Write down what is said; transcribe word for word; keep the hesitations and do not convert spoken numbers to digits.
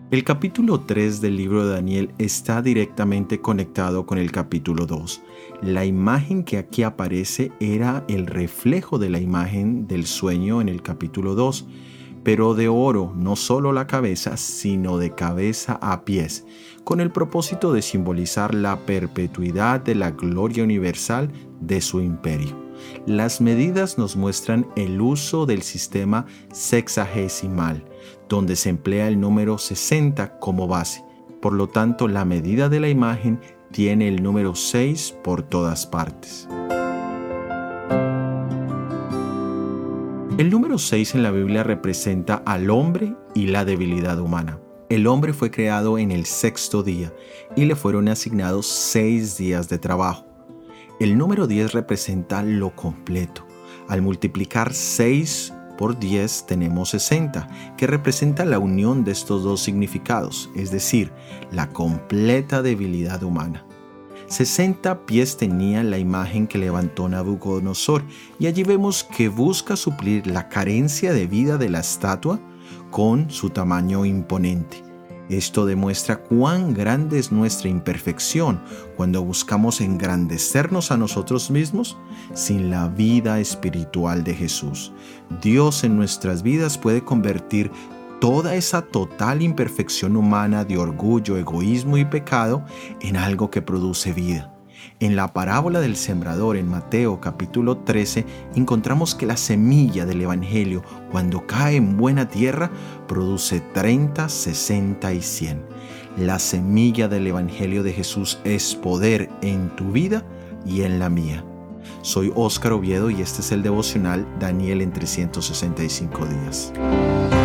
El capítulo tres del libro de Daniel está directamente conectado con el capítulo dos. La imagen que aquí aparece era el reflejo de la imagen del sueño en el capítulo dos, pero de oro, no solo la cabeza, sino de cabeza a pies, con el propósito de simbolizar la perpetuidad de la gloria universal de su imperio. Las medidas nos muestran el uso del sistema sexagesimal, donde se emplea el número sesenta como base. Por lo tanto, la medida de la imagen tiene el número seis por todas partes. El número seis en la Biblia representa al hombre y la debilidad humana. El hombre fue creado en el sexto día y le fueron asignados seis días de trabajo. El número diez representa lo completo. Al multiplicar seis por diez tenemos sesenta, que representa la unión de estos dos significados, es decir, la completa debilidad humana. sesenta pies tenía la imagen que levantó Nabucodonosor, y allí vemos que busca suplir la carencia de vida de la estatua con su tamaño imponente. Esto demuestra cuán grande es nuestra imperfección cuando buscamos engrandecernos a nosotros mismos sin la vida espiritual de Jesús. Dios en nuestras vidas puede convertir toda esa total imperfección humana de orgullo, egoísmo y pecado en algo que produce vida. En la parábola del sembrador en Mateo capítulo trece encontramos que la semilla del evangelio, cuando cae en buena tierra, produce treinta, sesenta y cien. La semilla del evangelio de Jesús es poder en tu vida y en la mía. Soy Óscar Oviedo y este es el devocional Daniel en trescientos sesenta y cinco días.